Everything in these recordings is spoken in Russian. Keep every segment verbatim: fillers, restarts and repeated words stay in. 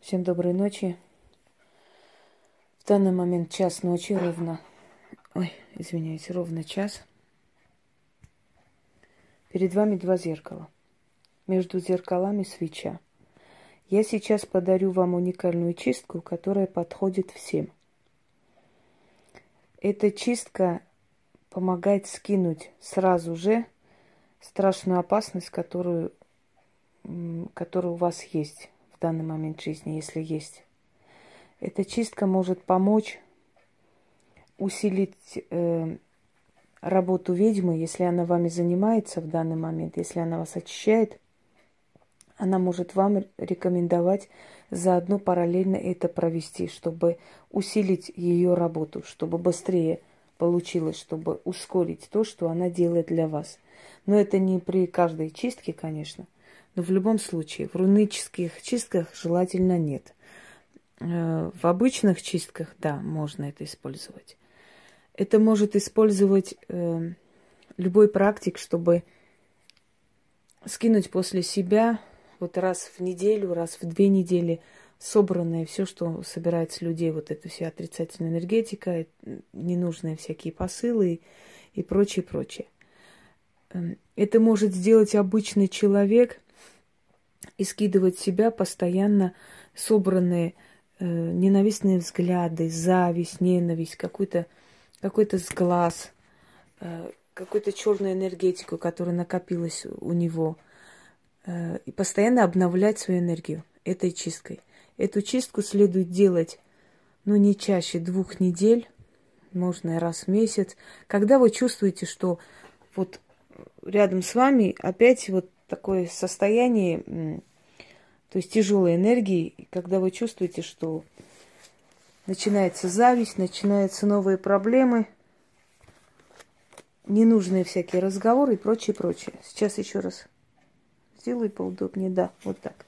Всем доброй ночи. В данный момент час ночи ровно. Ой, извиняюсь, ровно час. Перед вами два зеркала. Между зеркалами свеча. Я сейчас подарю вам уникальную чистку, которая подходит всем. Эта чистка помогает скинуть сразу же страшную опасность, которую, которая у вас есть в данный момент жизни, если есть. Эта чистка может помочь усилить э, работу ведьмы, если она вами занимается в данный момент, если она вас очищает, она может вам рекомендовать заодно параллельно это провести, чтобы усилить ее работу, чтобы быстрее получилось, чтобы ускорить то, что она делает для вас. Но это не при каждой чистке, конечно. Но в любом случае, в рунических чистках желательно нет. В обычных чистках, да, можно это использовать. Это может использовать э, любой практик, чтобы скинуть после себя вот раз в неделю, раз в две недели собранное все, что собирает с людей, вот эта вся отрицательная энергетика, ненужные всякие посылы и прочее, прочее. Это может сделать обычный человек и скидывать в себя постоянно собранные э, ненавистные взгляды, зависть, ненависть, какой-то какой-то сглаз, э, какую-то черную энергетику, которая накопилась у него, э, и постоянно обновлять свою энергию этой чисткой. Эту чистку следует делать, ну, не чаще двух недель, можно и раз в месяц, когда вы чувствуете, что вот рядом с вами опять вот такое состояние, то есть тяжелой энергии, когда вы чувствуете, что начинается зависть, начинаются новые проблемы, ненужные всякие разговоры и прочее, прочее. Сейчас еще раз сделаю поудобнее. Да, вот так.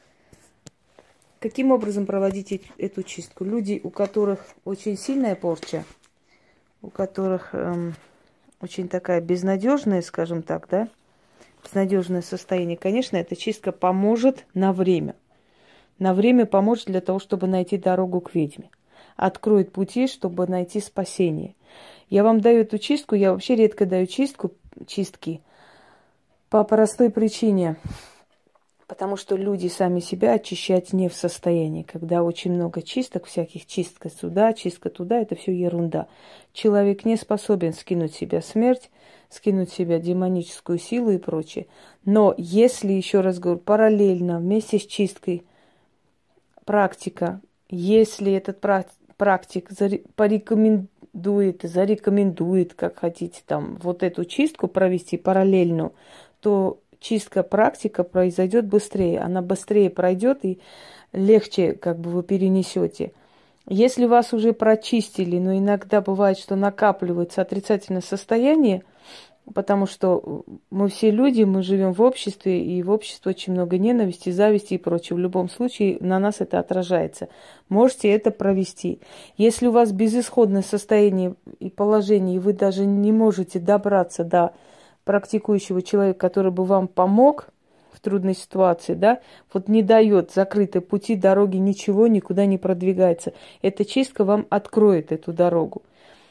Каким образом проводить эту чистку? Люди, у которых очень сильная порча, у которых эм, очень такая безнадежная, скажем так, да, безнадежное состояние, конечно, эта чистка поможет на время. На время поможет для того, чтобы найти дорогу к ведьме. Откроет пути, чтобы найти спасение. Я вам даю эту чистку, я вообще редко даю чистку, чистки по простой причине. Потому что люди сами себя очищать не в состоянии. Когда очень много чисток, всяких чистка сюда, чистка туда, это все ерунда. Человек не способен скинуть с себя смерть, скинуть с себя демоническую силу и прочее. Но если, еще раз говорю, параллельно, вместе с чисткой, практика, если этот практик порекомендует, зарекомендует, как хотите, там, вот эту чистку провести параллельно, то чистка практика произойдет быстрее. Она быстрее пройдет и легче как бы вы перенесете. Если вас уже прочистили, но иногда бывает, что накапливается отрицательное состояние, потому что мы все люди, мы живем в обществе, и в обществе очень много ненависти, зависти и прочего. В любом случае на нас это отражается. Можете это провести. Если у вас безысходное состояние и положение, и вы даже не можете добраться до практикующего человека, который бы вам помог в трудной ситуации, да, вот не дает закрыты пути, дороги, ничего, никуда не продвигается. Эта чистка вам откроет эту дорогу.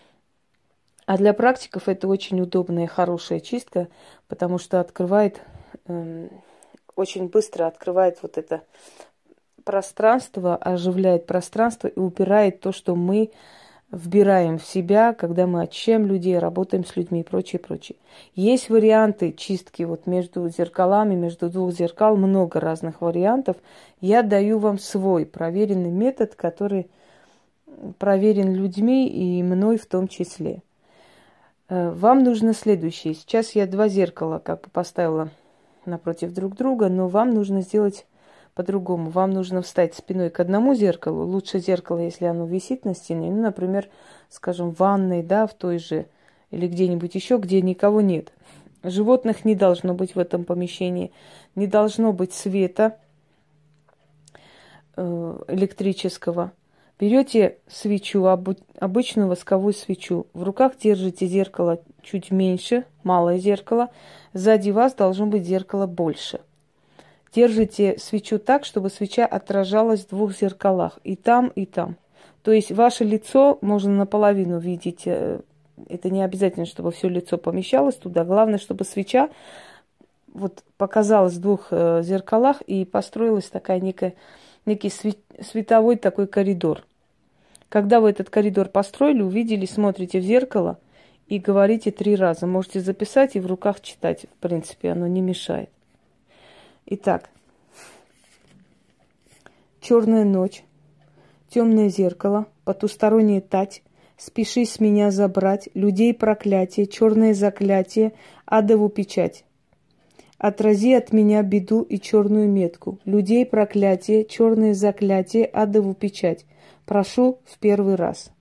А для практиков это очень удобная, хорошая чистка, потому что открывает, э, очень быстро открывает вот это пространство, оживляет пространство и убирает то, что мы вбираем в себя, когда мы очищаем людей, работаем с людьми и прочее, прочее. Есть варианты чистки вот между зеркалами, между двух зеркал, много разных вариантов. Я даю вам свой проверенный метод, который проверен людьми и мной в том числе. Вам нужно следующее. Сейчас я два зеркала как бы поставила напротив друг друга, но вам нужно сделать по-другому. Вам нужно встать спиной к одному зеркалу. Лучше зеркало, если оно висит на стене. Ну, например, скажем, в ванной, да, в той же, или где-нибудь еще, где никого нет. Животных не должно быть в этом помещении. Не должно быть света э, электрического. Берете свечу, обычную восковую свечу. В руках держите зеркало чуть меньше, малое зеркало. Сзади вас должно быть зеркало больше. держите свечу так, чтобы свеча отражалась в двух зеркалах. И там, и там. То есть ваше лицо можно наполовину видеть. Это не обязательно, чтобы все лицо помещалось туда. Главное, чтобы свеча вот показалась в двух э, зеркалах и построилась такая некая, некий свет, световой такой коридор. Когда вы этот коридор построили, увидели, смотрите в зеркало и говорите три раза. Можете записать и в руках читать. В принципе, оно не мешает. Итак. Черная ночь, темное зеркало, потусторонняя тать, спеши с меня забрать, людей проклятие, черное заклятие, адову печать. Отрази от меня беду и черную метку, людей проклятие, черное заклятие, адову печать. Прошу в первый раз.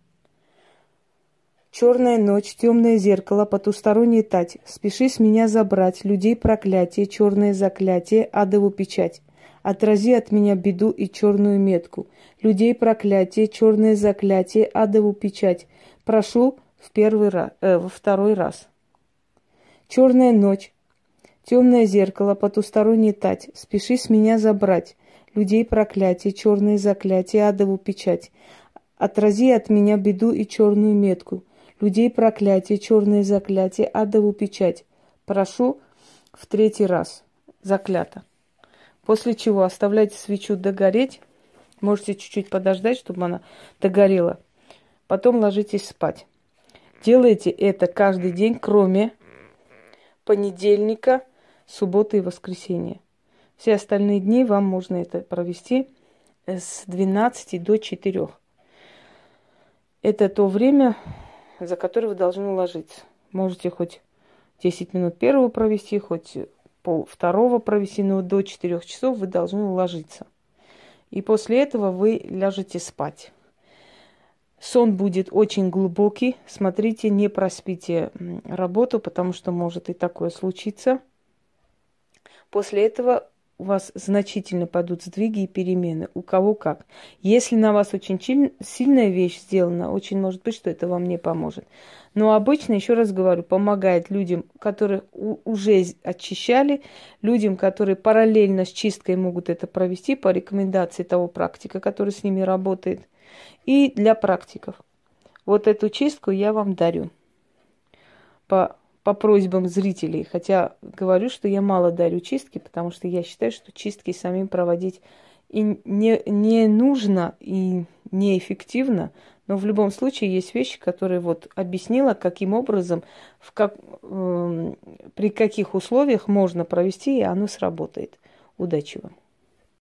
Черная ночь, темное зеркало, потусторонняя тать, спеши с меня забрать, людей проклятие, черное заклятие, адову печать. Отрази от меня беду и черную метку, людей проклятие, черное заклятие, адову печать. Прошу в первый раз, э, во второй раз. Черная ночь, темное зеркало, потусторонняя тать, спеши с меня забрать, людей проклятие, черное заклятие, адову печать. Отрази от меня беду и черную метку, людей проклятие, черное заклятие, адову печать. Прошу в третий раз. Заклято. После чего оставляйте свечу догореть. Можете чуть-чуть подождать, чтобы она догорела. Потом ложитесь спать. Делайте это каждый день, кроме понедельника, субботы и воскресенья. Все остальные дни вам можно это провести с двенадцати до четырёх. Это то время, за которое вы должны ложиться. Можете хоть десять минут первого провести, хоть пол второго провести, но до четырёх часов вы должны ложиться. И после этого вы ляжете спать. Сон будет очень глубокий. Смотрите, не проспите работу, потому что может и такое случиться. После этого у вас значительно пойдут сдвиги и перемены. У кого как. Если на вас очень сильная вещь сделана, очень может быть, что это вам не поможет. Но обычно, еще раз говорю, помогает людям, которые уже очищали, людям, которые параллельно с чисткой могут это провести по рекомендации того практика, который с ними работает. И для практиков. Вот эту чистку я вам дарю. По по просьбам зрителей. Хотя говорю, что я мало дарю чистки, потому что я считаю, что чистки самим проводить и не, не нужно, и неэффективно. Но в любом случае есть вещи, которые вот объяснила, каким образом, в как, э, при каких условиях можно провести, и оно сработает. Удачи вам!